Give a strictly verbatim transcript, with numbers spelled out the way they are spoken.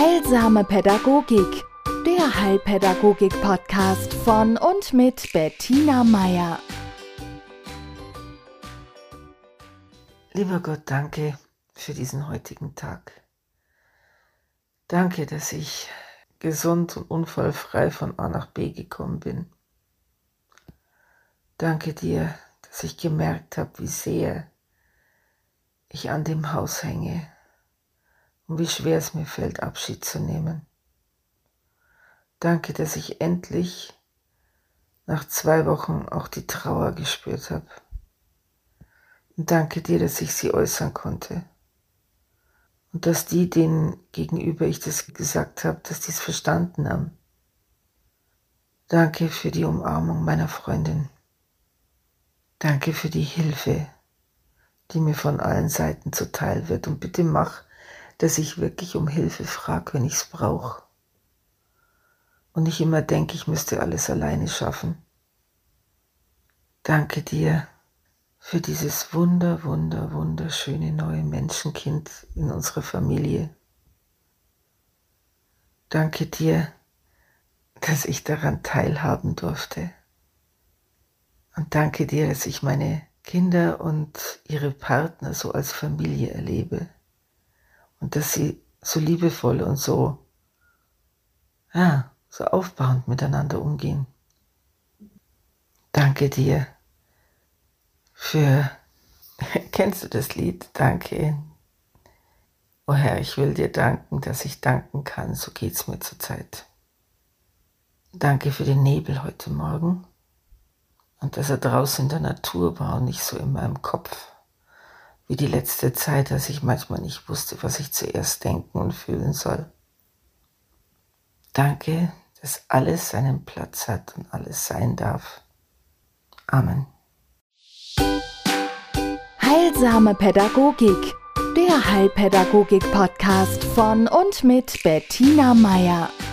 Heilsame Pädagogik, der Heilpädagogik-Podcast von und mit Bettina Meier. Lieber Gott, danke für diesen heutigen Tag. Danke, dass ich gesund und unfallfrei von A nach B gekommen bin. Danke dir, dass ich gemerkt habe, wie sehr ich an dem Haus hänge und wie schwer es mir fällt, Abschied zu nehmen. Danke, dass ich endlich nach zwei Wochen auch die Trauer gespürt habe. Und danke dir, dass ich sie äußern konnte. Und dass die, denen gegenüber ich das gesagt habe, dass die es verstanden haben. Danke für die Umarmung meiner Freundin. Danke für die Hilfe, die mir von allen Seiten zuteil wird. Und bitte mach, dass ich wirklich um Hilfe frage, wenn ich es brauche. Und nicht immer denke, ich müsste alles alleine schaffen. Danke dir für dieses wunder, wunder, wunderschöne neue Menschenkind in unserer Familie. Danke dir, dass ich daran teilhaben durfte. Und danke dir, dass ich meine Kinder und ihre Partner so als Familie erlebe. Und dass sie so liebevoll und so, ja, so aufbauend miteinander umgehen. Danke dir für, kennst du das Lied? Danke. O Herr, ich will dir danken, dass ich danken kann, so geht's mir zurzeit. Danke für den Nebel heute Morgen und dass er draußen in der Natur war und nicht so in meinem Kopf, wie die letzte Zeit, als ich manchmal nicht wusste, was ich zuerst denken und fühlen soll. Danke, dass alles seinen Platz hat und alles sein darf. Amen. Heilsame Pädagogik, der Heilpädagogik-Podcast von und mit Bettina Meier.